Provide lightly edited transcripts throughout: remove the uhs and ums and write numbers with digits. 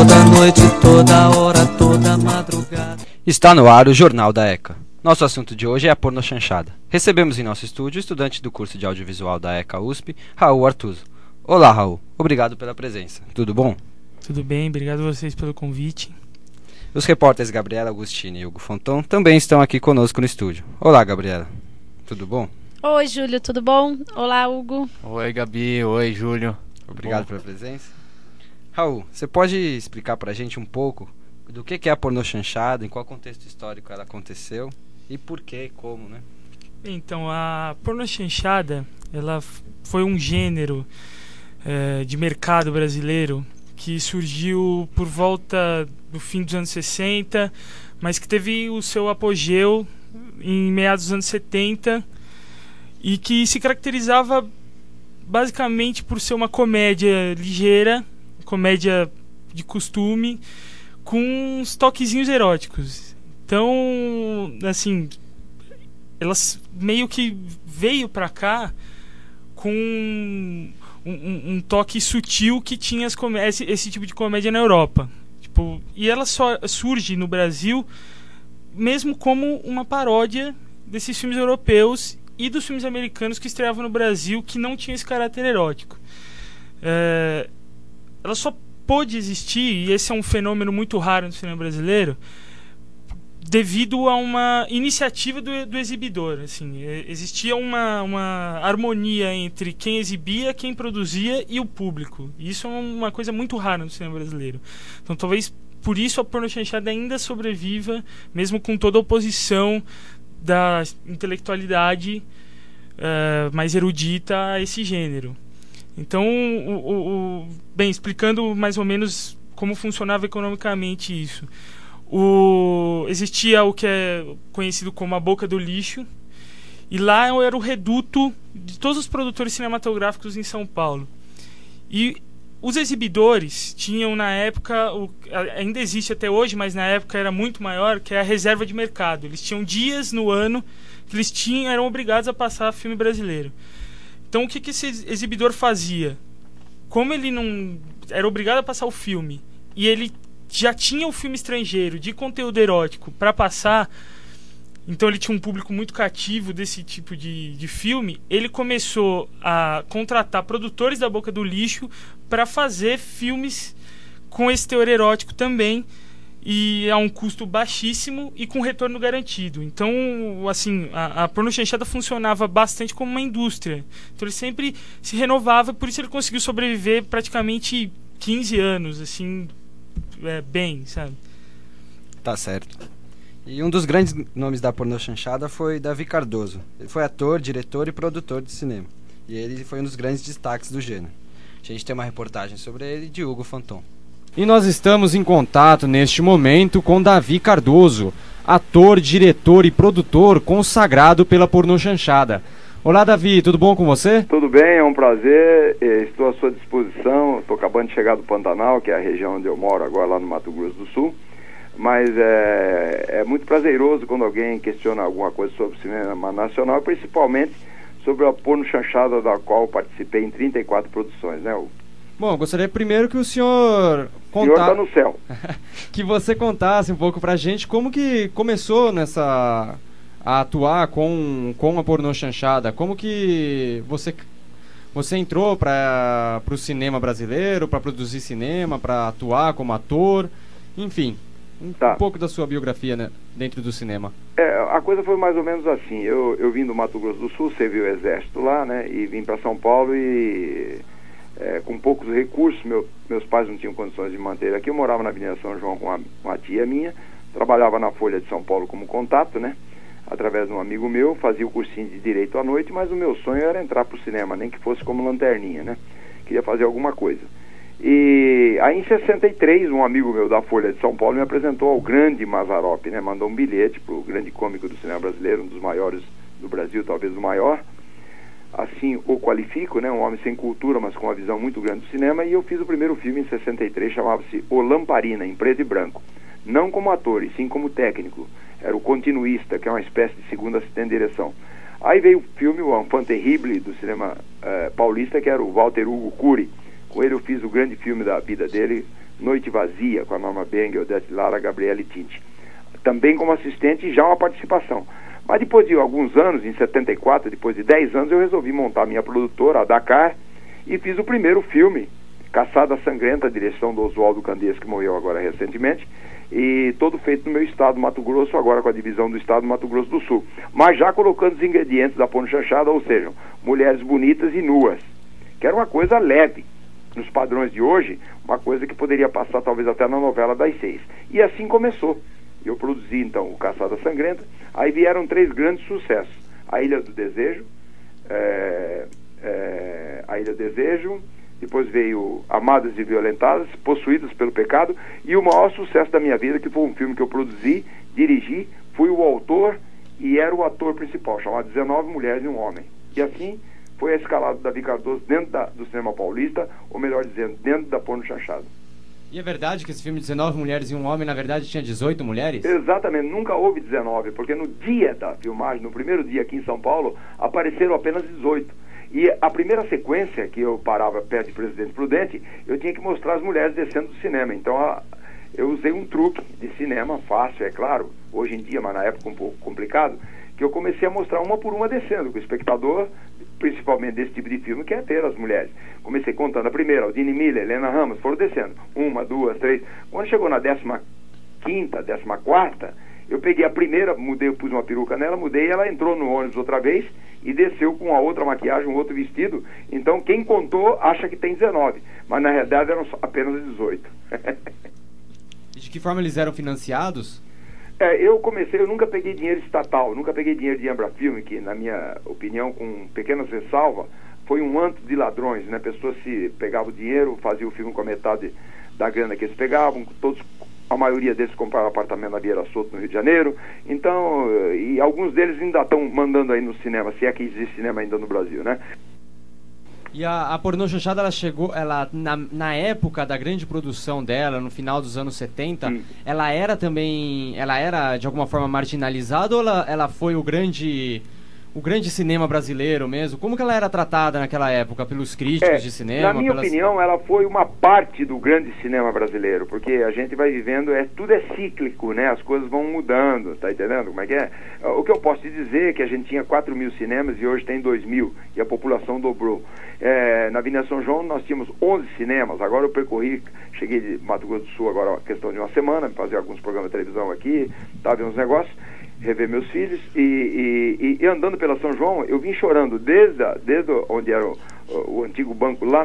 toda noite, toda hora, toda madrugada. Está no ar o Jornal da ECA. Nosso assunto de hoje é a pornochanchada. Recebemos em nosso estúdio o estudante do curso de audiovisual da ECA USP, Raul Artuso. Olá, Raul. Obrigado pela presença. Tudo bom? Tudo bem, obrigado a vocês pelo convite. Os repórteres Gabriela Agostini e Hugo Fonton também estão aqui conosco no estúdio. Olá, Gabriela. Tudo bom? Oi, Júlio, tudo bom? Olá, Hugo. Oi, Gabi. Oi, Júlio. Obrigado pela presença. Raul, você pode explicar pra gente um pouco do que é a pornochanchada, em qual contexto histórico ela aconteceu e por quê e como, né? Então, a pornochanchada, ela foi um gênero de mercado brasileiro que surgiu por volta do fim dos anos 60, mas que teve o seu apogeu em meados dos anos 70 e que se caracterizava basicamente por ser uma comédia ligeira, comédia de costume, com uns toquezinhos eróticos. Então, assim, elas meio que veio pra cá com um toque sutil que tinha esse tipo de comédia na Europa. Tipo, e ela só surge no Brasil mesmo como uma paródia desses filmes europeus e dos filmes americanos que estreavam no Brasil, que não tinham esse caráter erótico. Ela só pôde existir, e esse é um fenômeno muito raro no cinema brasileiro, devido a uma iniciativa do exibidor. Assim, existia uma harmonia entre quem exibia, quem produzia e o público. E isso é uma coisa muito rara no cinema brasileiro. Então talvez por isso a pornochanchada ainda sobreviva, mesmo com toda a oposição da intelectualidade mais erudita a esse gênero. Então, bem, explicando mais ou menos como funcionava economicamente isso. Existia o que é conhecido como a boca do lixo, e lá era o reduto de todos os produtores cinematográficos em São Paulo. E os exibidores tinham na época, ainda existe até hoje, mas na época era muito maior, que é a reserva de mercado. Eles tinham dias no ano que eles eram obrigados a passar filme brasileiro. Então o que esse exibidor fazia? Como ele não era obrigado a passar o filme e ele já tinha o filme estrangeiro de conteúdo erótico para passar, então ele tinha um público muito cativo desse tipo de filme, ele começou a contratar produtores da boca do lixo para fazer filmes com esse teor erótico também, e a um custo baixíssimo e com retorno garantido. Então, assim, a pornochanchada funcionava bastante como uma indústria. Então ele sempre se renovava, por isso ele conseguiu sobreviver praticamente 15 anos, assim, bem, sabe? Tá certo. E um dos grandes nomes da pornochanchada foi Davi Cardoso. Ele foi ator, diretor e produtor de cinema. E ele foi um dos grandes destaques do gênero. A gente tem uma reportagem sobre ele de Hugo Fonton. E nós estamos em contato neste momento com Davi Cardoso, ator, diretor e produtor consagrado pela pornochanchada. Olá, Davi, tudo bom com você? Tudo bem, é um prazer, estou à sua disposição. Estou acabando de chegar do Pantanal, que é a região onde eu moro agora, lá no Mato Grosso do Sul. Mas é muito prazeroso quando alguém questiona alguma coisa sobre o cinema nacional, principalmente sobre a pornochanchada, da qual participei em 34 produções, né, Hugo? Bom, gostaria primeiro que o senhor contasse... O senhor está no céu. Que você contasse um pouco pra gente como que começou a atuar com a pornochanchada. Como que você entrou para o cinema brasileiro, para produzir cinema, para atuar como ator, enfim, um pouco da sua biografia, né, dentro do cinema. A coisa foi mais ou menos assim. Eu vim do Mato Grosso do Sul, servi o exército lá, né, e vim para São Paulo e... com poucos recursos, meus pais não tinham condições de manter aqui. Eu morava na Avenida São João com uma tia minha, trabalhava na Folha de São Paulo como contato, né? Através de um amigo meu, fazia o cursinho de Direito à noite, mas o meu sonho era entrar pro cinema, nem que fosse como lanterninha, né? Queria fazer alguma coisa. E aí em 63, um amigo meu da Folha de São Paulo me apresentou ao grande Mazzaropi, né? Mandou um bilhete pro grande cômico do cinema brasileiro, um dos maiores do Brasil, talvez o maior. Assim o qualifico, né? Um homem sem cultura, mas com uma visão muito grande do cinema. E eu fiz o primeiro filme em 63, chamava-se O Lamparina, em preto e branco. Não como ator, e sim como técnico. Era o continuista, que é uma espécie de segundo assistente de direção. Aí veio o filme O Enfant Terrible, do cinema paulista, que era o Walter Hugo Cury. Com ele eu fiz o grande filme da vida dele, Noite Vazia, com a Norma Bengel, Odete Lara, Gabriele Tinti. Também como assistente e já uma participação. Mas depois de alguns anos, em 74, depois de 10 anos, eu resolvi montar minha produtora, a Dakar, e fiz o primeiro filme, Caçada Sangrenta, direção do Oswaldo Candês, que morreu agora recentemente, e todo feito no meu estado, Mato Grosso, agora com a divisão do estado Mato Grosso do Sul. Mas já colocando os ingredientes da porno chanchada, ou seja, mulheres bonitas e nuas, que era uma coisa leve. Nos padrões de hoje, uma coisa que poderia passar talvez até na novela das 6. E assim começou. Eu produzi então o Caçada Sangrenta, aí vieram 3 grandes sucessos. A Ilha do Desejo, depois veio Amadas e Violentadas, Possuídas pelo Pecado, e o maior sucesso da minha vida, que foi um filme que eu produzi, dirigi, fui o autor e era o ator principal, chamado 19 Mulheres e um Homem. E assim foi a escalada do Davi Cardoso dentro do cinema paulista, ou melhor dizendo, dentro da porno chanchada. E é verdade que esse filme 19 Mulheres e um Homem, na verdade, tinha 18 mulheres? Exatamente, nunca houve 19, porque no dia da filmagem, no primeiro dia aqui em São Paulo, apareceram apenas 18. E a primeira sequência, que eu parava perto de Presidente Prudente, eu tinha que mostrar as mulheres descendo do cinema. Então eu usei um truque de cinema, fácil, é claro, hoje em dia, mas na época um pouco complicado, que eu comecei a mostrar uma por uma descendo, com o espectador, principalmente desse tipo de filme, quer ter as mulheres. Comecei contando a primeira, Aldine Miller, Helena Ramos, foram descendo. 1, 2, 3. Quando chegou na 15ª, 14ª, eu peguei a primeira, mudei, pus uma peruca nela, mudei, ela entrou no ônibus outra vez e desceu com a outra maquiagem, um outro vestido. Então quem contou acha que tem 19, mas na realidade eram apenas 18. E de que forma eles eram financiados? Eu nunca peguei dinheiro estatal, nunca peguei dinheiro de Embrafilme, que na minha opinião, com pequenas ressalvas, foi um antro de ladrões, né? Pessoas se pegavam o dinheiro, faziam o filme com a metade da grana que eles pegavam, a maioria deles compraram apartamento na Vieira Soto, no Rio de Janeiro. Então, e alguns deles ainda estão mandando aí no cinema, se é que existe cinema ainda no Brasil, né? E a pornô chanchada, ela chegou, na época da grande produção dela, no final dos anos 70, ela era de alguma forma marginalizada, ou ela foi o grande cinema brasileiro mesmo? Como que ela era tratada naquela época pelos críticos de cinema? Na minha opinião, ela foi uma parte do grande cinema brasileiro, porque a gente vai vivendo, tudo é cíclico, né? As coisas vão mudando, tá entendendo como é que é? O que eu posso te dizer é que a gente tinha 4.000 cinemas e hoje tem 2.000, e a população dobrou. Na Avenida São João nós tínhamos 11 cinemas, agora eu cheguei de Mato Grosso do Sul agora, questão de uma semana, fazer alguns programas de televisão aqui, vendo uns negócios, rever meus filhos, e andando pela São João, eu vim chorando desde onde era o antigo banco, lá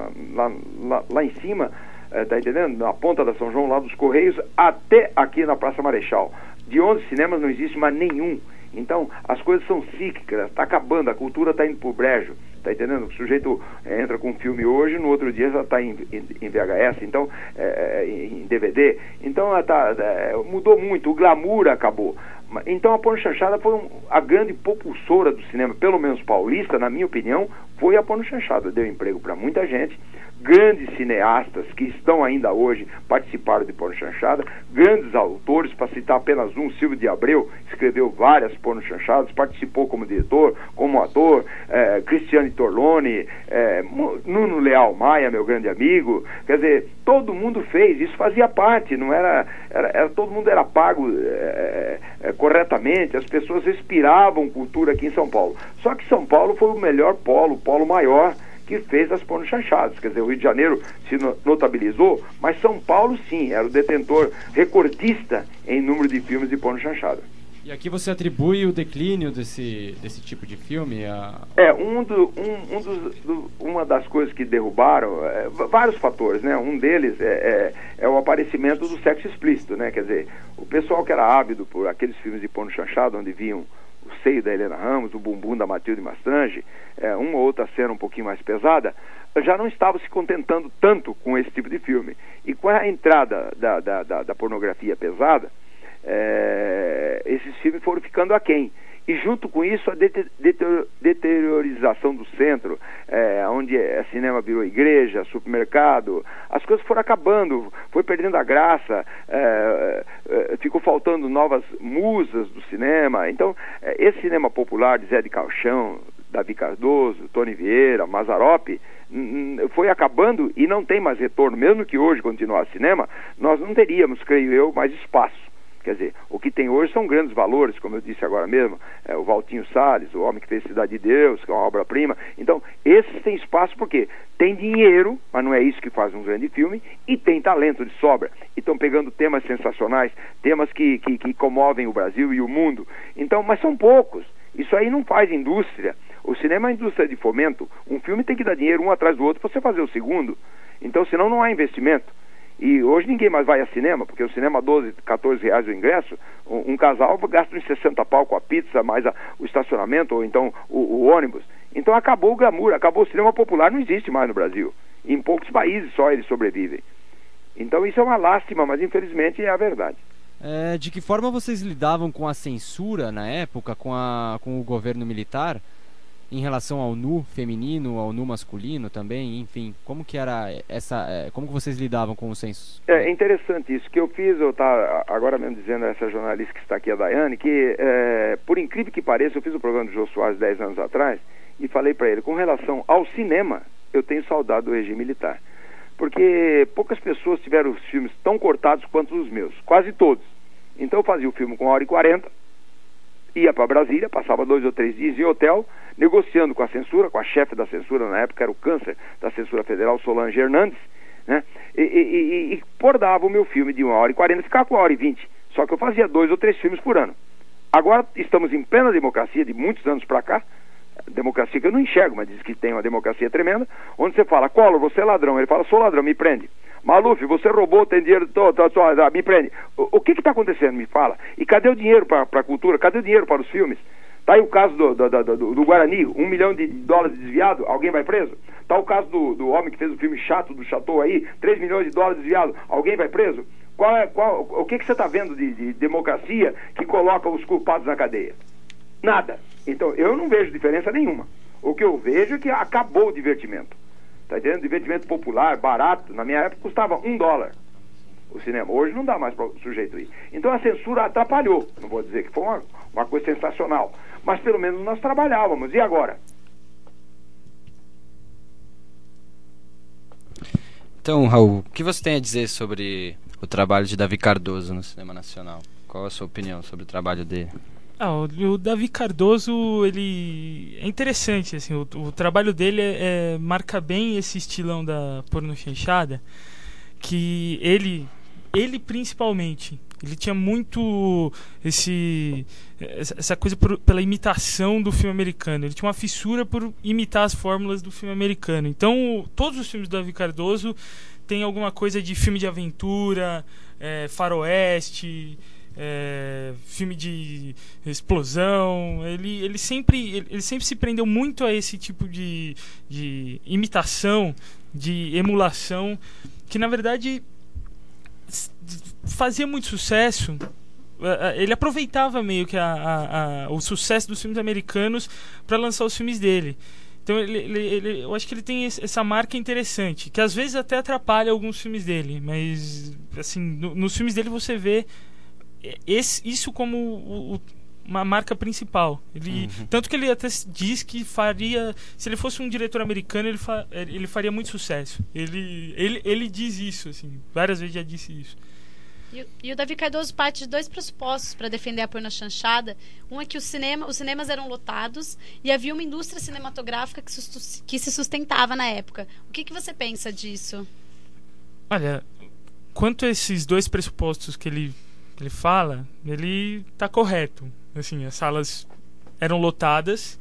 em cima, tá entendendo? Na ponta da São João, lá dos Correios, até aqui na Praça Marechal. De 11 cinemas não existe mais nenhum. Então, as coisas são cíclicas, está acabando, a cultura está indo pro brejo, tá entendendo? O sujeito entra com um filme hoje, no outro dia já está em VHS, então, em DVD. Então, mudou muito, o glamour acabou. Então, a porno chanchada foi a grande propulsora do cinema, pelo menos paulista, na minha opinião, foi a porno chanchada. Deu emprego para muita gente. Grandes cineastas que estão ainda hoje participaram de porno chanchada, grandes autores, para citar apenas um, Silvio de Abreu, escreveu várias porno chanchadas, participou como diretor, como ator, Cristiane Torlone, Nuno Leal Maia, meu grande amigo, quer dizer, todo mundo fez, isso fazia parte, não era todo mundo era pago corretamente, as pessoas respiravam cultura aqui em São Paulo. Só que São Paulo foi o melhor polo, o polo maior, que fez as porno chanchadas. Quer dizer, o Rio de Janeiro se notabilizou, mas São Paulo sim, era o detentor recordista em número de filmes de porno chanchada. E aqui você atribui o declínio desse tipo de filme? Uma das coisas que derrubaram, vários fatores, né? Um deles é o aparecimento do sexo explícito, né? Quer dizer, o pessoal que era ávido por aqueles filmes de porno chanchada, onde viam o seio da Helena Ramos, o bumbum da Matilde Mastrange, uma ou outra cena um pouquinho mais pesada, já não estava se contentando tanto com esse tipo de filme. E com a entrada da pornografia pesada, esses filmes foram ficando aquém. E junto com isso a deteriorização do centro, onde cinema virou igreja, supermercado, as coisas foram acabando, foi perdendo a graça, ficou faltando novas musas do cinema. Então, esse cinema popular de Zé de Caixão, Davi Cardoso, Tony Vieira, Mazzaropi, foi acabando e não tem mais retorno. Mesmo que hoje continuasse cinema, nós não teríamos, creio eu, mais espaço. Quer dizer, o que tem hoje são grandes valores, como eu disse agora mesmo, o Valtinho Salles, o homem que fez Cidade de Deus, que é uma obra-prima. Então, esses têm espaço porque tem dinheiro, mas não é isso que faz um grande filme, e tem talento de sobra. E estão pegando temas sensacionais, temas que comovem o Brasil e o mundo. Então, mas são poucos. Isso aí não faz indústria. O cinema é indústria de fomento. Um filme tem que dar dinheiro um atrás do outro para você fazer o segundo. Então, senão não há investimento. E hoje ninguém mais vai a cinema, porque o cinema 12, 14 reais o ingresso, um casal gasta uns 60 pau com a pizza, mais o estacionamento, ou então o ônibus. Então acabou o glamour, acabou o cinema popular, não existe mais no Brasil. Em poucos países só eles sobrevivem. Então isso é uma lástima, mas infelizmente é a verdade. De que forma vocês lidavam com a censura na época, com o governo militar? Em relação ao nu feminino, ao nu masculino também, enfim, como que era como que vocês lidavam com o censo? É interessante isso que eu fiz, eu estava agora mesmo dizendo a essa jornalista que está aqui, a Daiane, que por incrível que pareça, eu fiz o programa do Jô Soares 10 anos atrás e falei para ele, com relação ao cinema, eu tenho saudade do regime militar, porque poucas pessoas tiveram os filmes tão cortados quanto os meus, quase todos. Então eu fazia o filme com 1h40, ia para Brasília, passava 2 ou 3 dias em hotel, negociando com a censura, com a chefe da censura, na época era o câncer da censura federal, Solange Hernandes, né? E bordava o meu filme de 1h40, ficava com 1h20, só que eu fazia 2 ou 3 filmes por ano. Agora estamos em plena democracia, de muitos anos para cá, democracia que eu não enxergo, mas diz que tem uma democracia tremenda, onde você fala, Collor, você é ladrão, ele fala, sou ladrão, me prende. Maluf, você roubou, tem dinheiro, me prende. O que está acontecendo? Me fala. E cadê o dinheiro para a cultura? Cadê o dinheiro para os filmes? Está aí o caso do Guarani, $1 milhão desviado, alguém vai preso? Está o caso do homem que fez o filme chato do Chateau aí, $3 milhões desviado, alguém vai preso? O que você está vendo de democracia que coloca os culpados na cadeia? Nada. Então, eu não vejo diferença nenhuma. O que eu vejo é que acabou o divertimento. Está entendendo? Divertimento popular, barato. Na minha época custava $1 o cinema. Hoje não dá mais para o sujeito ir. Então a censura atrapalhou. Não vou dizer que foi uma coisa sensacional. Mas pelo menos nós trabalhávamos. E agora? Então, Raul, o que você tem a dizer sobre o trabalho de Davi Cardoso no cinema nacional? Qual a sua opinião sobre o trabalho dele? O Davi Cardoso, ele é interessante, assim, o trabalho dele marca bem esse estilão da pornochanchada, que ele principalmente, ele tinha muito essa coisa pela imitação do filme americano. Ele tinha uma fissura por imitar as fórmulas do filme americano. Então, todos os filmes do Davi Cardoso têm alguma coisa de filme de aventura, faroeste, filme de explosão. Ele sempre se prendeu muito a esse tipo de imitação, de emulação, que na verdade fazia muito sucesso. Ele aproveitava meio que o sucesso dos filmes americanos para lançar os filmes dele. Então eu acho que ele tem essa marca interessante, que às vezes até atrapalha alguns filmes dele, mas assim, nos filmes dele você vê isso como uma marca principal. Tanto que ele até diz que faria, se ele fosse um diretor americano, ele faria muito sucesso. Ele diz isso, assim, várias vezes já disse isso. E o Davi Cardoso parte de 2 pressupostos para defender a pornochanchada. Um é que os cinemas eram lotados e havia uma indústria cinematográfica que se sustentava na época. O que você pensa disso? Olha, quanto a esses 2 pressupostos que ele fala, ele está correto. Assim, as salas eram lotadas,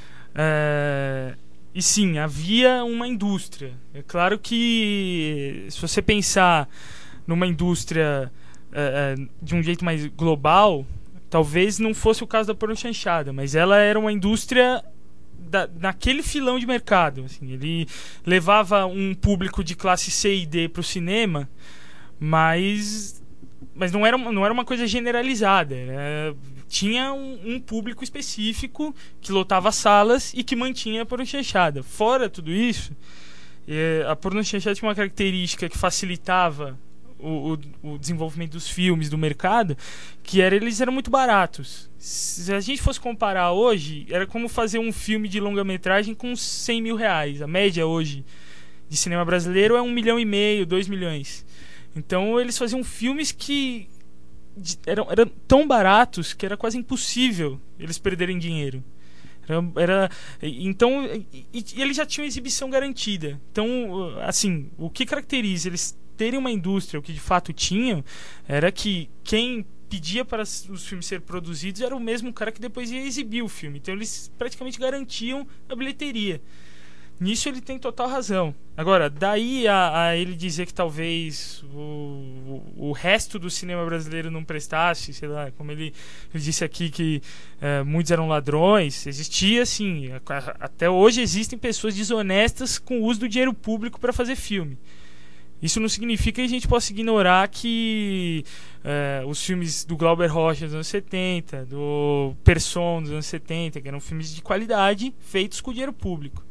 e sim, havia uma indústria. É claro que se você pensar numa indústria de um jeito mais global, talvez não fosse o caso da pornochanchada, mas ela era uma indústria naquele filão de mercado. Assim, ele levava um público de classe C e D para o cinema, mas não era uma coisa generalizada. Tinha um público específico que lotava salas e que mantinha a pornochanchada. Fora tudo isso, a pornochanchada tinha uma característica que facilitava o desenvolvimento dos filmes, do mercado, que eles eram muito baratos. Se a gente fosse comparar hoje, era como fazer um filme de longa-metragem com 100 mil reais. A média hoje de cinema brasileiro é 1,5 milhão, 2 milhões. Então eles faziam filmes que eram tão baratos que era quase impossível eles perderem dinheiro. Então, e eles já tinham exibição garantida. Então, assim, o que caracteriza eles terem uma indústria, o que de fato tinham, era que quem pedia para os filmes serem produzidos era o mesmo cara que depois ia exibir o filme. Então eles praticamente garantiam a bilheteria. Nisso ele tem total razão. Agora, daí a ele dizer que talvez o resto do cinema brasileiro não prestasse, sei lá, como ele disse aqui que muitos eram ladrões, existia sim. Até hoje existem pessoas desonestas com o uso do dinheiro público para fazer filme. Isso não significa que a gente possa ignorar que os filmes do Glauber Rocha dos anos 70, do Persson dos anos 70, que eram filmes de qualidade feitos com dinheiro público.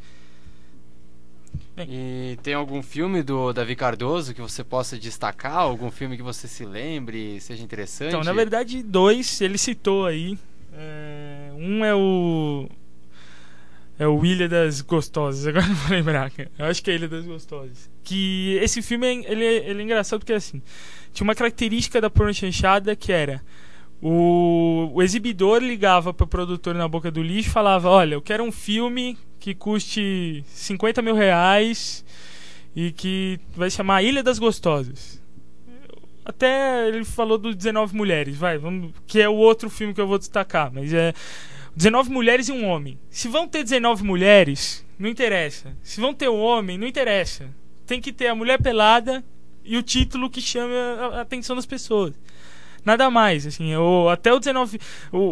E tem algum filme do Davi Cardoso que você possa destacar? Algum filme que você se lembre, seja interessante? Então, na verdade, 2 ele citou aí. Um é o Ilha das Gostosas, agora não vou lembrar. Eu acho que é Ilha das Gostosas. Que esse filme ele é engraçado porque assim, tinha uma característica da porno chanchada que era o exibidor ligava para o produtor na boca do lixo e falava: olha, eu quero um filme que custe 50 mil reais e que vai chamar Ilha das Gostosas. Até ele falou do 19 Mulheres, que é o outro filme que eu vou destacar, mas é 19 mulheres e um homem. Se vão ter 19 mulheres, não interessa. Se vão ter um homem, não interessa. Tem que ter a mulher pelada e o título que chame a atenção das pessoas. Nada mais, assim, até o 19...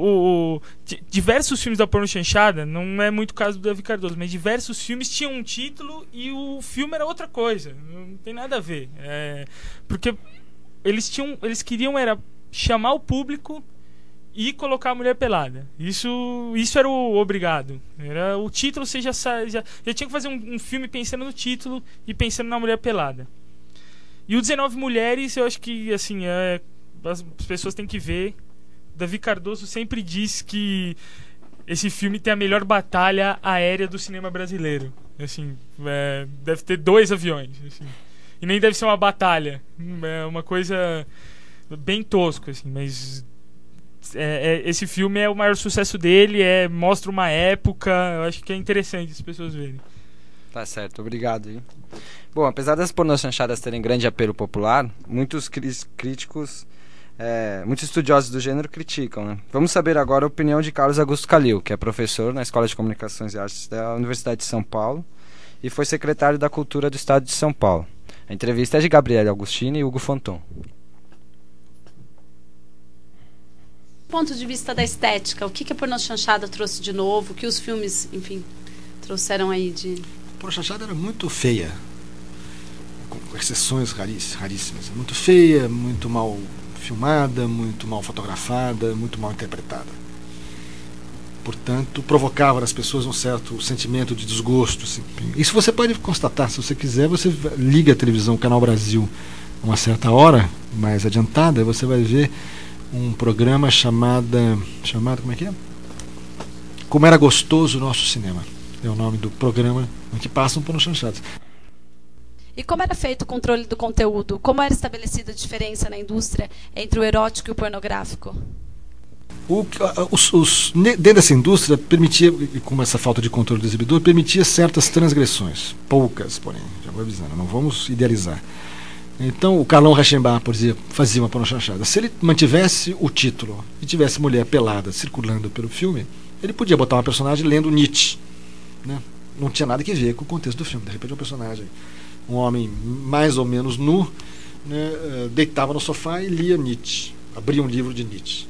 diversos filmes da porno chanchada, não é muito o caso do Davi Cardoso, mas diversos filmes tinham um título e o filme era outra coisa. Não tem nada a ver. Porque eles queriam era chamar o público e colocar a mulher pelada. Isso era o obrigado. Era o título, você já tinha que fazer um filme pensando no título e pensando na mulher pelada. E o 19 Mulheres, eu acho que, assim, as pessoas têm que ver. Davi Cardoso sempre diz que esse filme tem a melhor batalha aérea do cinema brasileiro. Assim, deve ter 2 aviões. Assim. E nem deve ser uma batalha. É uma coisa bem tosco, assim, mas esse filme é o maior sucesso dele, mostra uma época. Eu acho que é interessante as pessoas verem. Tá certo, obrigado. Hein? Bom, apesar das pornochanchadas terem grande apelo popular, muitos críticos, muitos estudiosos do gênero criticam, né? Vamos saber agora a opinião de Carlos Augusto Calil, que é professor na Escola de Comunicações e Artes da Universidade de São Paulo e foi secretário da Cultura do Estado de São Paulo. A entrevista é de Gabriele Augustini e Hugo Fonton. Do ponto de vista da estética, o que a pornochanchada trouxe de novo? O que os filmes, enfim, trouxeram aí de... A pornochanchada era muito feia, com exceções raríssimas. Muito feia, muito mal filmada, muito mal fotografada, muito mal interpretada. Portanto, provocava nas pessoas um certo sentimento de desgosto. Assim. Isso você pode constatar, se você quiser, você liga a televisão, o Canal Brasil, a uma certa hora mais adiantada, você vai ver um programa chamado como é que é? Como Era Gostoso o Nosso Cinema. É o nome do programa em que passam pornochanchadas. E como era feito o controle do conteúdo? Como era estabelecida a diferença na indústria entre o erótico e o pornográfico? Dentro dessa indústria, permitia, com essa falta de controle do exibidor, permitia certas transgressões. Poucas, porém, já vou avisando, não vamos idealizar. Então, o Carlão Reichenbach, por exemplo, fazia uma pornochanchada. Se ele mantivesse o título e tivesse mulher pelada circulando pelo filme, ele podia botar uma personagem lendo Nietzsche. Né? Não tinha nada a ver com o contexto do filme. De repente, um personagem, um homem mais ou menos nu, né, deitava no sofá e lia Nietzsche, abria um livro de Nietzsche.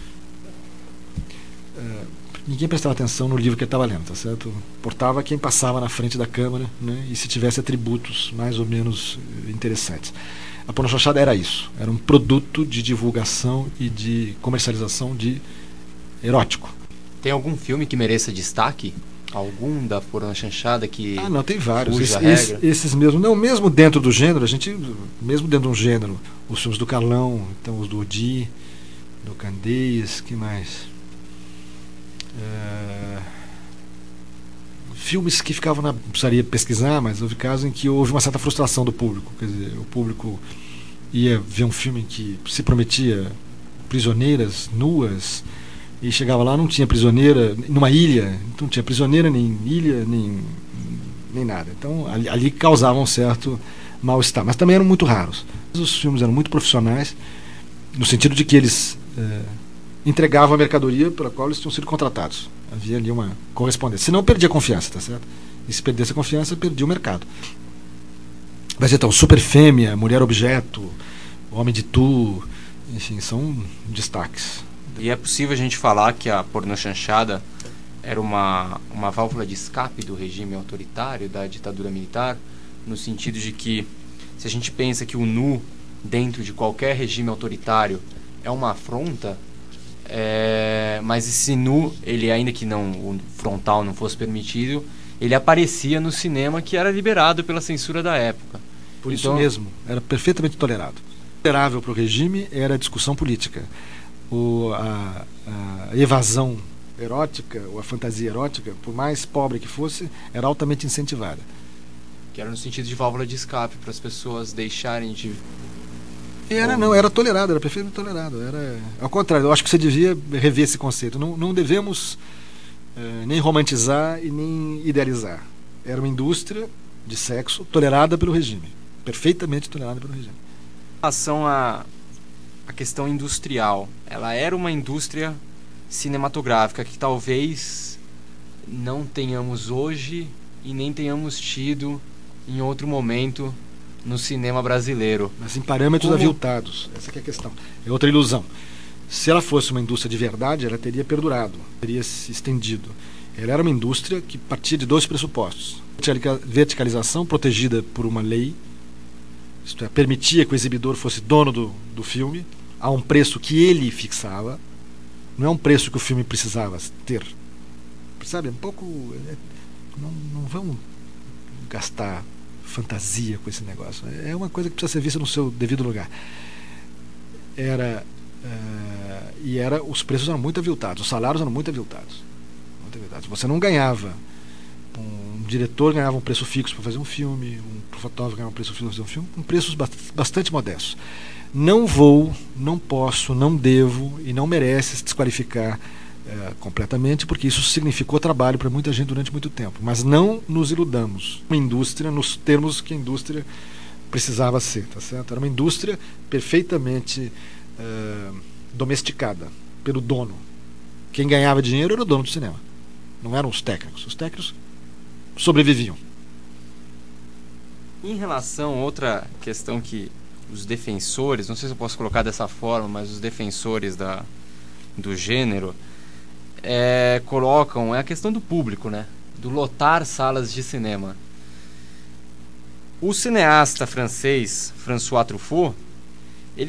Ninguém prestava atenção no livro que ele estava lendo, tá certo? Importava quem passava na frente da câmera, né, e se tivesse atributos mais ou menos interessantes. A pornochanchada era isso, era um produto de divulgação e de comercialização de erótico. Tem algum filme que mereça destaque? algum da pornochanchada que não, tem vários. fuja a regra? Esses mesmo, não, mesmo dentro do gênero, mesmo dentro de um gênero, os filmes do Carlão, então os do Odi, do Candeias, que mais? Filmes que ficavam precisaria pesquisar, mas houve casos em que houve uma certa frustração do público. Quer dizer, o público ia ver um filme que se prometia prisioneiras nuas e chegava lá, não tinha prisioneira numa ilha, não tinha prisioneira, nem ilha, nem nada. Então ali causava um certo mal-estar, mas também eram muito raros. Os filmes eram muito profissionais, no sentido de que eles entregavam a mercadoria pela qual eles tinham sido contratados. Havia ali uma correspondência. Senão perdia a confiança, tá certo? E se perdesse a confiança, perdia o mercado. Mas então, Super Fêmea, Mulher Objeto, Homem de Tu, enfim, são destaques. E é possível a gente falar que a pornochanchada era uma válvula de escape do regime autoritário, da ditadura militar, no sentido de que, se a gente pensa que o nu, dentro de qualquer regime autoritário, é uma afronta, mas esse nu, ele ainda que o frontal não fosse permitido, ele aparecia no cinema, que era liberado pela censura da época. Por isso mesmo, era perfeitamente tolerado. Tolerável para o regime era a discussão política. A evasão erótica, ou a fantasia erótica, por mais pobre que fosse, era altamente incentivada. Que era no sentido de válvula de escape, para as pessoas deixarem de... Era tolerado, era perfeitamente tolerado. Ao contrário, eu acho que você devia rever esse conceito. Não devemos nem romantizar e nem idealizar. Era uma indústria de sexo tolerada pelo regime. Perfeitamente tolerada pelo regime. Em relação à questão industrial, ela era uma indústria cinematográfica que talvez não tenhamos hoje e nem tenhamos tido em outro momento no cinema brasileiro. Mas em parâmetros aviltados. Essa que é a questão. É outra ilusão. Se ela fosse uma indústria de verdade, ela teria perdurado, teria se estendido. Ela era uma indústria que partia de dois pressupostos. Verticalização protegida por uma lei, isto é, permitia que o exibidor fosse dono do filme, a um preço que ele fixava, não é um preço que o filme precisava ter. Sabe, um pouco... Não vamos gastar fantasia com esse negócio. É uma coisa que precisa ser vista no seu devido lugar. Os preços eram muito aviltados, os salários eram muito aviltados. Você não ganhava, um diretor ganhava um preço fixo para fazer um filme, um fotógrafo ganhava um preço fixo para fazer um filme, com preços bastante modestos. Não vou, não posso, não devo e não merece se desqualificar completamente, porque isso significou trabalho para muita gente durante muito tempo. Mas não nos iludamos. Uma indústria, nos termos que a indústria precisava ser, tá certo? Era uma indústria perfeitamente domesticada pelo dono. Quem ganhava dinheiro era o dono do cinema. Não eram os técnicos. Os técnicos sobreviviam. Em relação a outra questão que os defensores, não sei se eu posso colocar dessa forma, mas os defensores do gênero colocam, é a questão do público, né? Do lotar salas de cinema. O cineasta francês François Truffaut, ele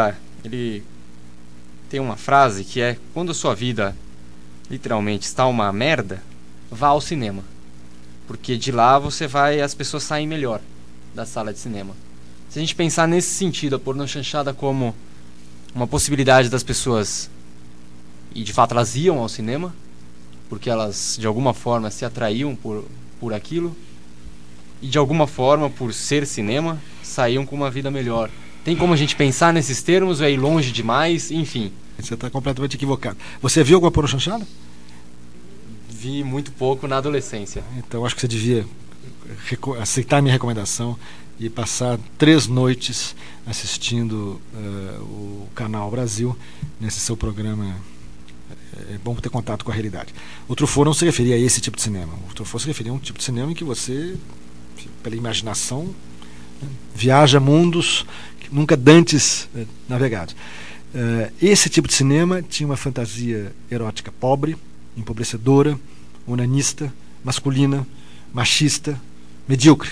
tem uma frase que é: quando a sua vida literalmente está uma merda, vá ao cinema, porque de lá as pessoas saem melhor da sala de cinema. Se a gente pensar nesse sentido, a pornochanchada como uma possibilidade das pessoas, e de fato elas iam ao cinema porque elas de alguma forma se atraíam por aquilo, e de alguma forma, por ser cinema, saíam com uma vida melhor. Tem como a gente pensar nesses termos, ou é ir longe demais? Enfim. Você está completamente equivocado. Você viu alguma pornochanchada? Vi muito pouco na adolescência. Então acho que você devia aceitar a minha recomendação e passar 3 noites assistindo o Canal Brasil nesse seu programa. É bom ter contato com a realidade. O Truffaut não se referia a esse tipo de cinema. O Truffaut se referia a um tipo de cinema em que você, pela imaginação, viaja a mundos nunca dantes navegados. Esse tipo de cinema tinha uma fantasia erótica pobre, empobrecedora, onanista, masculina, machista, medíocre.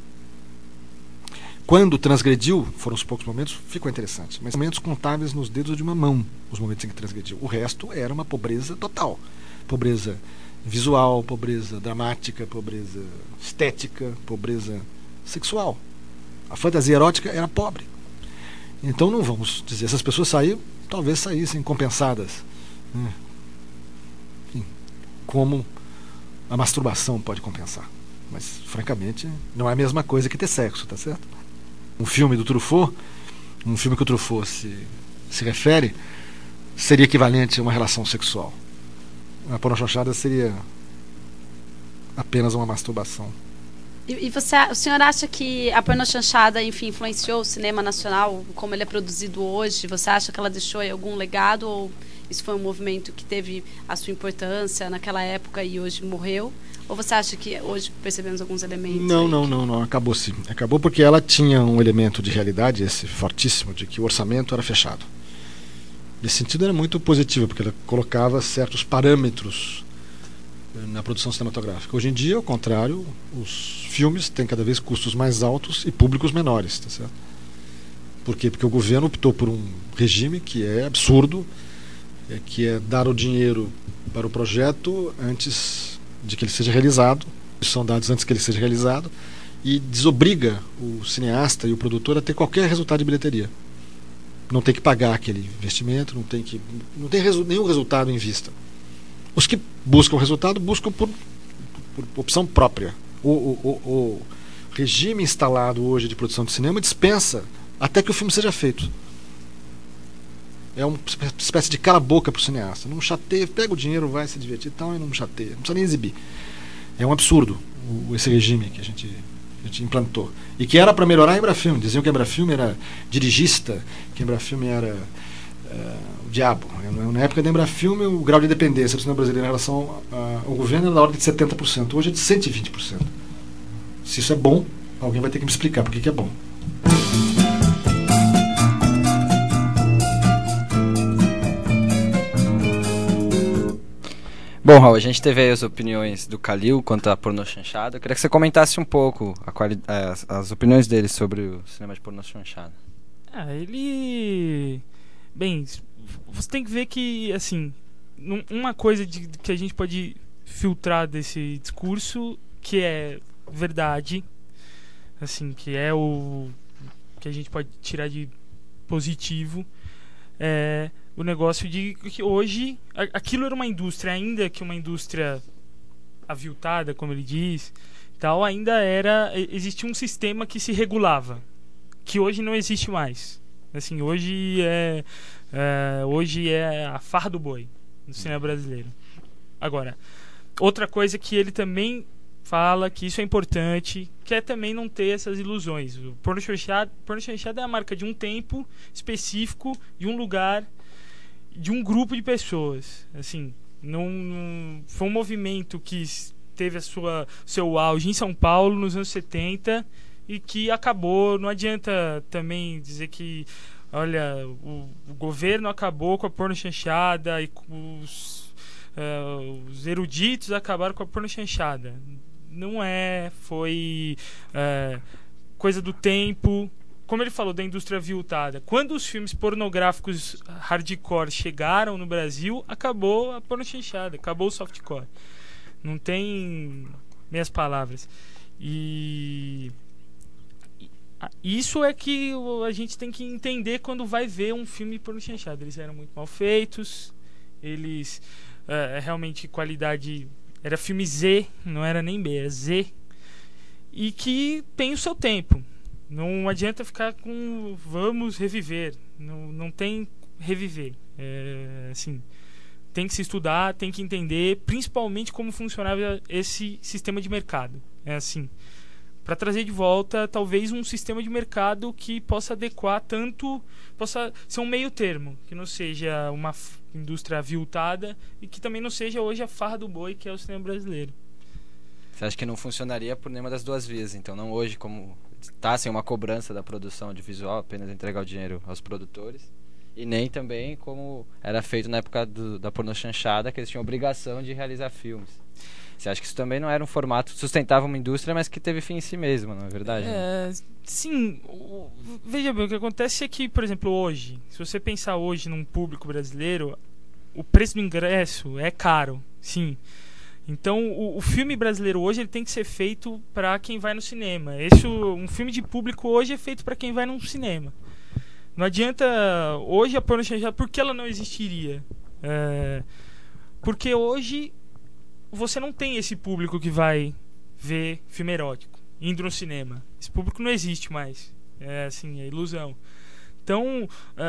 Quando transgrediu, foram os poucos momentos, ficou interessante, mas momentos contáveis nos dedos de uma mão, os momentos em que transgrediu. O resto era uma pobreza total. Pobreza visual, pobreza dramática, pobreza estética, pobreza sexual. A fantasia erótica era pobre. Então não vamos dizer, essas pessoas talvez saíssem compensadas, né? Enfim, como a masturbação pode compensar. Mas, francamente, não é a mesma coisa que ter sexo, tá certo? Um filme do Truffaut, um filme que o Truffaut se refere, seria equivalente a uma relação sexual. A pornochanchada seria apenas uma masturbação. E o senhor acha que a pornochanchada, enfim, influenciou o cinema nacional, como ele é produzido hoje? Você acha que ela deixou aí algum legado, ou isso foi um movimento que teve a sua importância naquela época e hoje morreu? Ou você acha que hoje percebemos alguns elementos? Não, acabou sim. Acabou porque ela tinha um elemento de realidade, esse fortíssimo, de que o orçamento era fechado. Nesse sentido era muito positivo, porque ela colocava certos parâmetros na produção cinematográfica. Hoje em dia, ao contrário, os filmes têm cada vez custos mais altos e públicos menores, tá certo? Por quê? Porque o governo optou por um regime que é absurdo, que é dar o dinheiro para o projeto antes de que ele seja realizado, são dados antes que ele seja realizado, e desobriga o cineasta e o produtor a ter qualquer resultado de bilheteria. Não tem que pagar aquele investimento, não tem nenhum resultado em vista. Os que buscam resultado buscam por opção própria. O regime instalado hoje de produção de cinema dispensa até que o filme seja feito. É uma espécie de cala-boca para o cineasta. Não chateia, pega o dinheiro, vai se divertir e tal, e não chateia. Não precisa nem exibir. É um absurdo esse regime que a gente implantou. E que era para melhorar a Embrafilme. Diziam que a Embrafilme era dirigista, que a Embrafilme era o diabo. Na época da Embrafilme, o grau de dependência do cinema brasileiro em relação ao governo era da ordem de 70%. Hoje é de 120%. Se isso é bom, alguém vai ter que me explicar por que é bom. Bom, Raul, a gente teve aí as opiniões do Calil quanto à pornochanchada. Eu queria que você comentasse um pouco as opiniões dele sobre o cinema de pornochanchada. Bem, você tem que ver que, assim, uma coisa que a gente pode filtrar desse discurso, que é verdade, assim, que é o que a gente pode tirar de positivo, é o negócio de que hoje aquilo era uma indústria, ainda que uma indústria aviltada, como ele diz, tal, existia um sistema que se regulava, que hoje não existe mais. Assim, hoje é a farra do boi no cinema brasileiro. Agora, outra coisa que ele também fala, que isso é importante, que é também não ter essas ilusões. O pornochanchada é a marca de um tempo específico, de um lugar, de um grupo de pessoas. Assim, não foi um movimento que teve seu auge em São Paulo nos anos 70 e que acabou. Não adianta também dizer que, olha, o governo acabou com a pornochanchada e os eruditos acabaram com a pornochanchada. Não foi coisa do tempo. Como ele falou da indústria aviltada, quando os filmes pornográficos hardcore chegaram no Brasil, acabou a pornochanchada, acabou o softcore. Não tem meias palavras. E isso é que a gente tem que entender quando vai ver um filme pornochanchada. Eles eram muito mal feitos, eles realmente qualidade era filme Z, não era nem B, era Z, e que tem o seu tempo. Não adianta ficar com vamos reviver. Não tem reviver. Assim, tem que se estudar, tem que entender, principalmente como funcionava esse sistema de mercado. É assim, para trazer de volta talvez um sistema de mercado que possa adequar possa ser um meio termo, que não seja uma indústria aviltada e que também não seja hoje a farra do boi que é o cinema brasileiro. Você acha que não funcionaria por nenhuma das duas vias? Então, não hoje como está sem uma cobrança da produção audiovisual, apenas entregar o dinheiro aos produtores, e nem também como era feito na época da pornochanchada, que eles tinham obrigação de realizar filmes. Você acha que isso também não era um formato que sustentava uma indústria, mas que teve fim em si mesmo, não é verdade? Sim. Veja bem, o que acontece é que, por exemplo, hoje, se você pensar hoje num público brasileiro, o preço do ingresso é caro, sim. Então, o filme brasileiro hoje ele tem que ser feito para quem vai no cinema. Um filme de público hoje é feito para quem vai no cinema. Não adianta hoje a porno chanchada, por que ela não existiria? Porque hoje você não tem esse público que vai ver filme erótico indo no cinema. Esse público não existe mais. É assim, é ilusão. Então,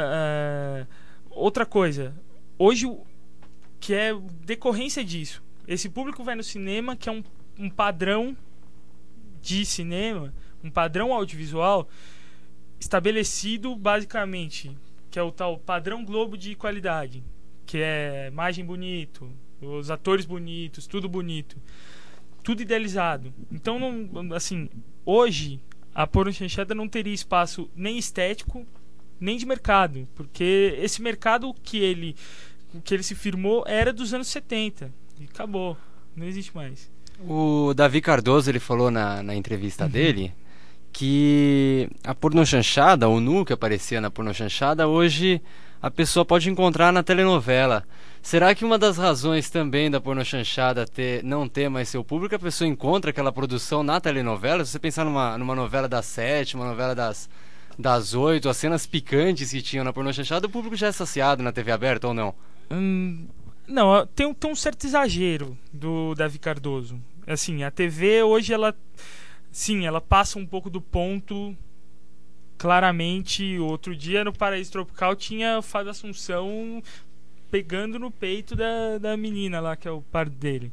outra coisa, hoje que é decorrência disso, esse público vai no cinema, que é um padrão de cinema, um padrão audiovisual estabelecido basicamente, que é o tal padrão Globo de qualidade, que é imagem bonito, os atores bonitos, tudo bonito, tudo idealizado. Então, assim, hoje a porno chanchada não teria espaço nem estético, nem de mercado, porque esse mercado que ele se firmou era dos anos 70 e acabou, não existe mais. O Davi Cardoso, ele falou na entrevista dele que a pornochanchada, o nu que aparecia na pornochanchada, hoje a pessoa pode encontrar na telenovela. Será que uma das razões também da pornochanchada não ter mais seu público, a pessoa encontra aquela produção na telenovela? Se você pensar numa novela das 7, uma novela das 8, as cenas picantes que tinham na pornochanchada, o público já é saciado na TV aberta ou não? Não, tem um certo exagero do Davi Cardoso. Assim, a TV hoje, ela passa um pouco do ponto, claramente. Outro dia no Paraíso Tropical tinha o Fábio Assunção pegando no peito da menina lá, que é o par dele.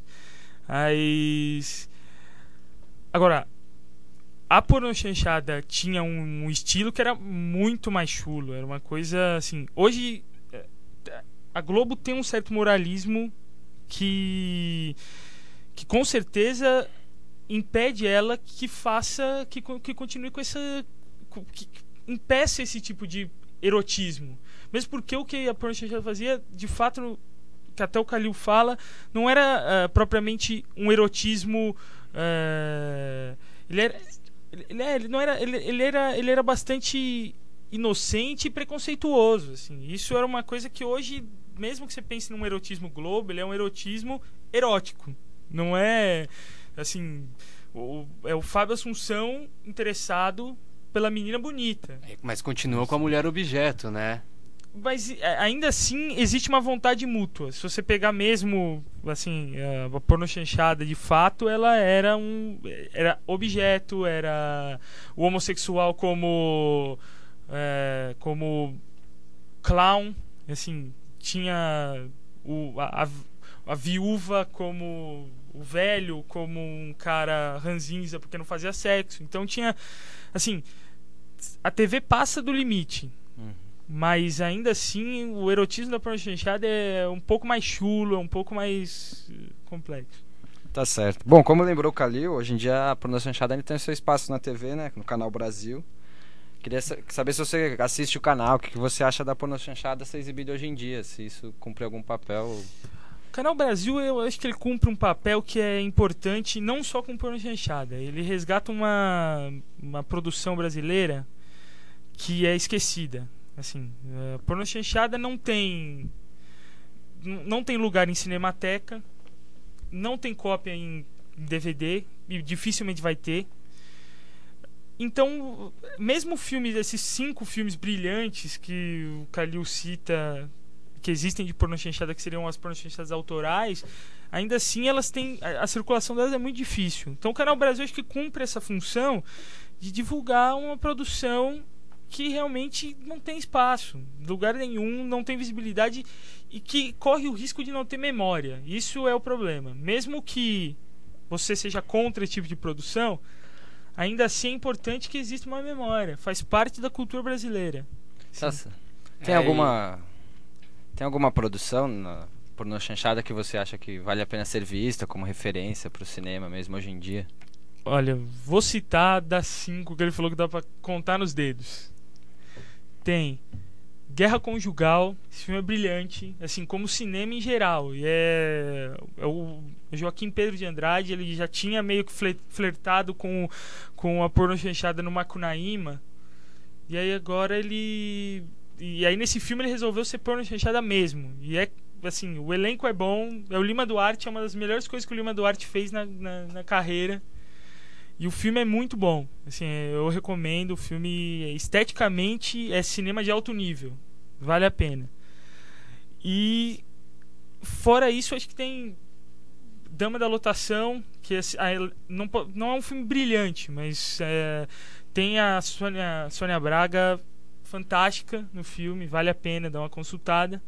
Agora, a pornochanchada tinha um estilo que era muito mais chulo. Era uma coisa assim. Hoje a Globo tem um certo moralismo que com certeza impede ela que continue com que impeça esse tipo de erotismo. Mesmo porque o que a pornochanchada fazia, de fato, que até o Calil fala, não era propriamente um erotismo. Ele era bastante inocente e preconceituoso, assim. Isso era uma coisa que hoje, mesmo que você pense num erotismo Globo, ele é um erotismo erótico. Não é assim, é o Fábio Assunção interessado pela menina bonita. Mas continua com a mulher objeto, né? Mas ainda assim existe uma vontade mútua. Se você pegar mesmo assim, a pornochanchada de fato, ela era objeto, era o homossexual como clown, assim, tinha a viúva como o velho, como um cara ranzinza porque não fazia sexo. Então tinha, assim, a TV passa do limite. Mas ainda assim o erotismo da pornochanchada é um pouco mais chulo, é um pouco mais complexo. Tá certo. Bom, como lembrou o Calil, hoje em dia a pornochanchada ainda tem seu espaço na TV, né? No Canal Brasil. Queria saber se você assiste o canal, o que você acha da pornochanchada ser exibida hoje em dia, se isso cumpre algum papel. O Canal Brasil, eu acho que ele cumpre um papel que é importante, não só com pornochanchada. Ele resgata uma produção brasileira que é esquecida. Assim, a pornochanchada não tem lugar em cinemateca, não tem cópia em DVD e dificilmente vai ter. Então, mesmo esses 5 filmes brilhantes que o Calil cita, que existem de pornochanchada, que seriam as pornochanchadas autorais, ainda assim elas têm, a circulação delas é muito difícil. Então o Canal Brasil acho que cumpre essa função de divulgar uma produção que realmente não tem espaço, lugar nenhum, não tem visibilidade e que corre o risco de não ter memória. Isso é o problema. Mesmo que você seja contra esse tipo de produção, ainda assim é importante que exista uma memória. Faz parte da cultura brasileira. Tem alguma produção na pornochanchada que você acha que vale a pena ser vista como referência para o cinema mesmo hoje em dia? Olha, vou citar das 5 que ele falou que dá pra contar nos dedos. Tem Guerra Conjugal, esse filme é brilhante, assim como o cinema em geral. E é o Joaquim Pedro de Andrade, ele já tinha meio que flertado com a pornochanchada no Macunaíma. E aí agora E aí nesse filme ele resolveu ser pornochanchada mesmo. E é assim, o elenco é bom. O Lima Duarte é uma das melhores coisas que o Lima Duarte fez na carreira. E o filme é muito bom. Assim, eu recomendo. O filme, esteticamente, é cinema de alto nível. Vale a pena. E fora isso, acho que tem Dama da Lotação, que não é um filme brilhante, mas tem a Sônia Braga fantástica no filme, vale a pena dar uma consultada.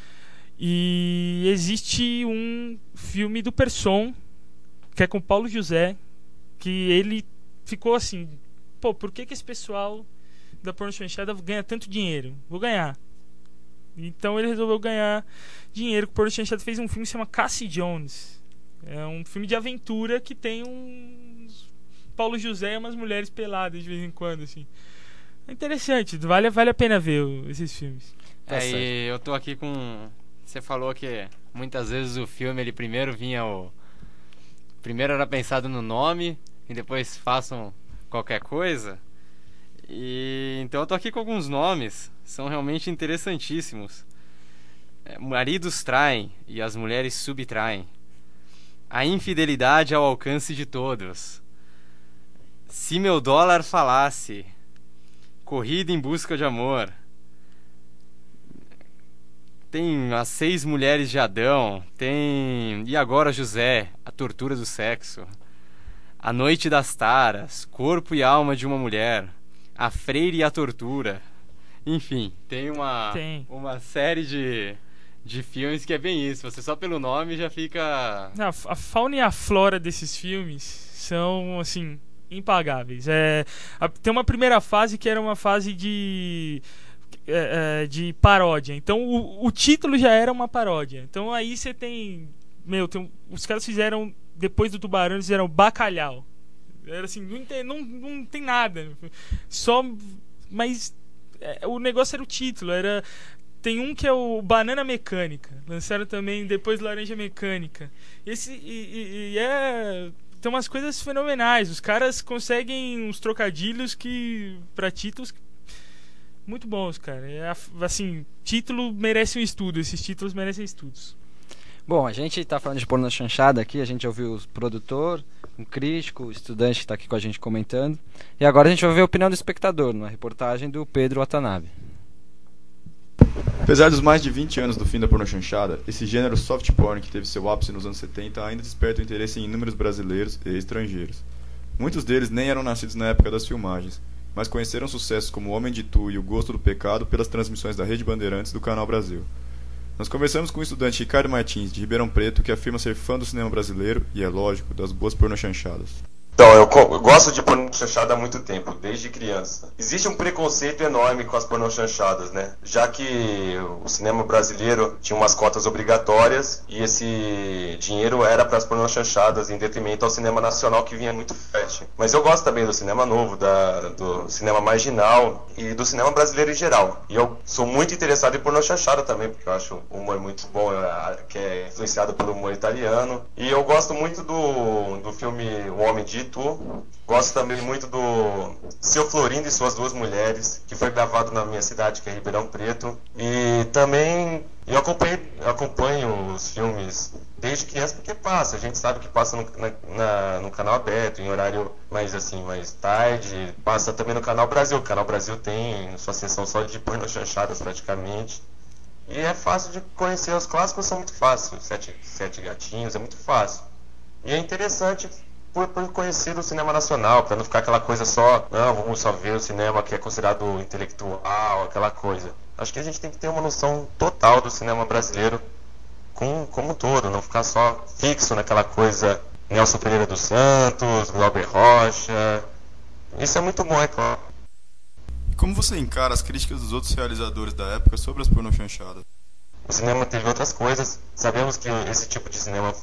E existe um filme do Persson, que é com Paulo José, que ele ficou assim, pô, por que esse pessoal da porno chanchada ganha tanto dinheiro? Vou ganhar. Então ele resolveu ganhar dinheiro. O porno chanchada fez um filme que se chama Cassie Jones. É um filme de aventura que tem Paulo José e umas mulheres peladas de vez em quando, assim. É interessante, vale a pena ver esses filmes. E eu tô aqui com... Você falou que muitas vezes o filme, ele primeiro era pensado no nome e depois façam qualquer coisa. E então eu tô aqui com alguns nomes, são realmente interessantíssimos. Maridos traem e as mulheres subtraem. A infidelidade ao alcance de todos. Se meu dólar falasse. Corrida em busca de amor. Tem as 6 mulheres de Adão. Tem E Agora José, a tortura do sexo. A Noite das Taras, Corpo e Alma de uma Mulher. A Freire e a Tortura. Enfim, tem uma série de filmes que é bem isso. Você só pelo nome já fica... A fauna e a flora desses filmes são, assim, impagáveis. Tem uma primeira fase que era uma fase de paródia. Então o título já era uma paródia. Então aí você tem... os caras fizeram, depois do Tubarão, eles fizeram Bacalhau. Era assim, não tem nada. Só... Mas o negócio era o título. Tem um que é o Banana Mecânica. Lançaram também depois Laranja Mecânica. Tem umas coisas fenomenais. Os caras conseguem uns trocadilhos pra títulos muito bons, cara. Assim, título merece um estudo. Esses títulos merecem estudos. Bom, a gente tá falando de porno chanchada aqui. A gente ouviu o produtor, um crítico, o estudante que tá aqui com a gente comentando. E agora a gente vai ver a opinião do espectador, numa reportagem do Pedro Watanabe. Apesar dos mais de 20 anos do fim da pornochanchada, esse gênero soft porn que teve seu ápice nos anos 70 ainda desperta o interesse em inúmeros brasileiros e estrangeiros. Muitos deles nem eram nascidos na época das filmagens, mas conheceram sucessos como O Homem de Tu e O Gosto do Pecado pelas transmissões da Rede Bandeirantes do Canal Brasil. Nós conversamos com o estudante Ricardo Martins, de Ribeirão Preto, que afirma ser fã do cinema brasileiro e, é lógico, das boas pornochanchadas. Então, eu gosto de pornochanchada há muito tempo, desde criança. Existe um preconceito enorme com as pornochanchadas, né? Já que o cinema brasileiro tinha umas cotas obrigatórias e esse dinheiro era para as pornochanchadas em detrimento ao cinema nacional que vinha muito forte. Mas eu gosto também do cinema novo, do cinema marginal e do cinema brasileiro em geral. E eu sou muito interessado em pornochanchada também, porque eu acho o humor muito bom, que é influenciado pelo humor italiano. E eu gosto muito do filme O Homem de Tu. Gosto também muito do Seu Florindo e Suas Duas Mulheres, que foi gravado na minha cidade, que é Ribeirão Preto. E também eu acompanho os filmes desde criança, porque passa. A gente sabe que passa no canal aberto, em horário mais tarde. Passa também no Canal Brasil. O Canal Brasil tem sua sessão só de pornochanchadas praticamente. E é fácil de conhecer. Os clássicos são muito fáceis. Sete Gatinhos é muito fácil. E é interessante por conhecer o cinema nacional, para não ficar aquela coisa só, não, vamos só ver o cinema que é considerado intelectual, aquela coisa. Acho que a gente tem que ter uma noção total do cinema brasileiro como um todo, não ficar só fixo naquela coisa Nelson Pereira dos Santos, Glauber Rocha. Isso é muito bom, é claro. E como você encara as críticas dos outros realizadores da época sobre as pornochanchadas? O cinema teve outras coisas. Sabemos que esse tipo de cinema,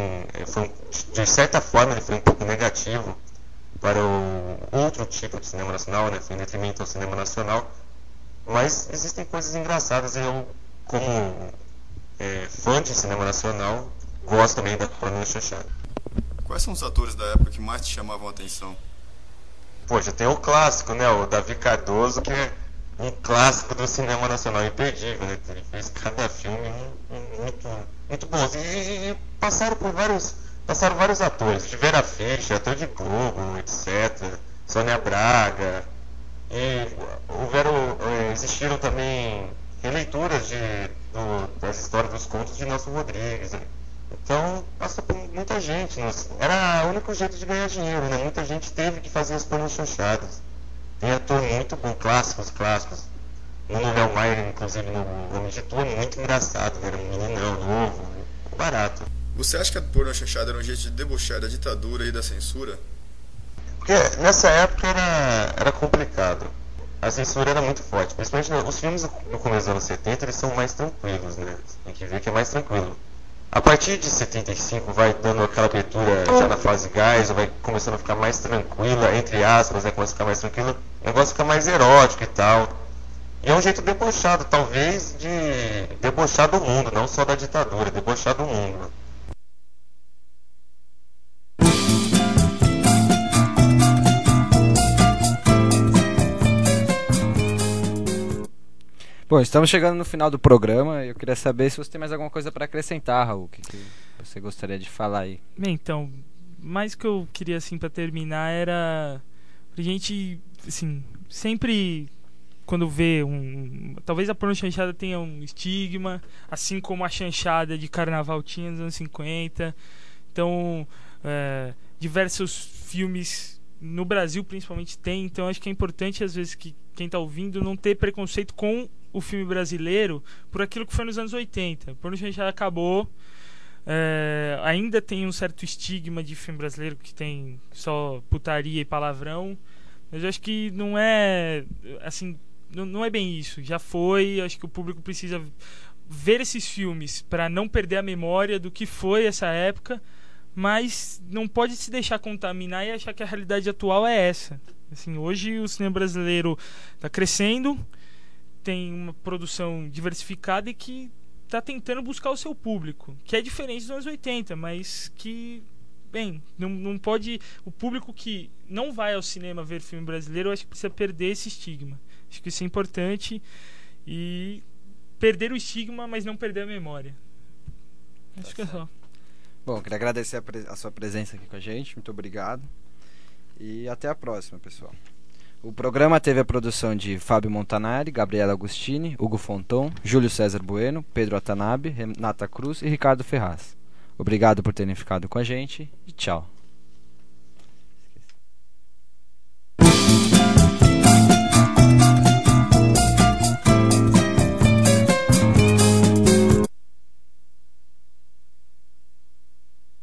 de certa forma, ele foi um pouco negativo para o outro tipo de cinema nacional, né? Foi em detrimento ao cinema nacional. Mas existem coisas engraçadas e eu, como fã de cinema nacional, gosto também da pornochanchada. Quais são os atores da época que mais te chamavam a atenção? Poxa, tem o clássico, né? O Davi Cardoso, que um clássico do cinema nacional, imperdível, né? Ele fez cada filme muito bons. E passaram vários atores, de Vera Fischer, ator de Globo, etc., Sônia Braga, e existiram também releituras das histórias dos contos de Nelson Rodrigues, né? Então, passou por muita gente. Era o único jeito de ganhar dinheiro, né? Muita gente teve que fazer as pornôs chanchadas. Tem ator muito bom, clássicos. Nuno Léo Maia, inclusive, no Homem de Tudo, muito engraçado, né? Era um meninão novo, barato. Você acha que a pornô chanchada era um jeito de debochar da ditadura e da censura? Porque nessa época era complicado. A censura era muito forte. Principalmente os filmes no começo dos anos 70, eles são mais tranquilos, né? Tem que ver que é mais tranquilo. A partir de 75 vai dando aquela abertura já na fase gás, vai começando a ficar mais tranquila, entre aspas, né? Começa a ficar mais tranquilo, o negócio fica mais erótico e tal. E é um jeito debochado, talvez, de debochar do mundo, não só da ditadura, debochar do mundo. Bom, estamos chegando no final do programa. Eu queria saber se você tem mais alguma coisa para acrescentar, Raul. O que você gostaria de falar aí? Bem, então, mais que eu queria, assim, para terminar, era pra gente, assim, sempre quando vê talvez a porno chanchada tenha um estigma, assim como a chanchada de carnaval tinha nos anos 50. Então, diversos filmes no Brasil principalmente tem. Então, acho que é importante, às vezes, que quem está ouvindo não ter preconceito com o filme brasileiro por aquilo que foi nos anos 80. Porno chanchada acabou. Ainda tem um certo estigma de filme brasileiro que tem só putaria e palavrão, mas eu acho que não é assim, não é bem isso. Já foi. Acho que o público precisa ver esses filmes para não perder a memória do que foi essa época, mas não pode se deixar contaminar e achar que a realidade atual é essa. Assim, hoje o cinema brasileiro está crescendo, tem uma produção diversificada e que está tentando buscar o seu público, que é diferente dos anos 80, mas que, bem, não pode... O público que não vai ao cinema ver filme brasileiro, eu acho que precisa perder esse estigma. Acho que isso é importante, e perder o estigma, mas não perder a memória. Acho que é só. Bom, queria agradecer a sua presença aqui com a gente. Muito obrigado. E até a próxima, pessoal. O programa teve a produção de Fábio Montanari, Gabriela Agostini, Hugo Fonton, Júlio César Bueno, Pedro Atanabe, Renata Cruz e Ricardo Ferraz. Obrigado por terem ficado com a gente e tchau.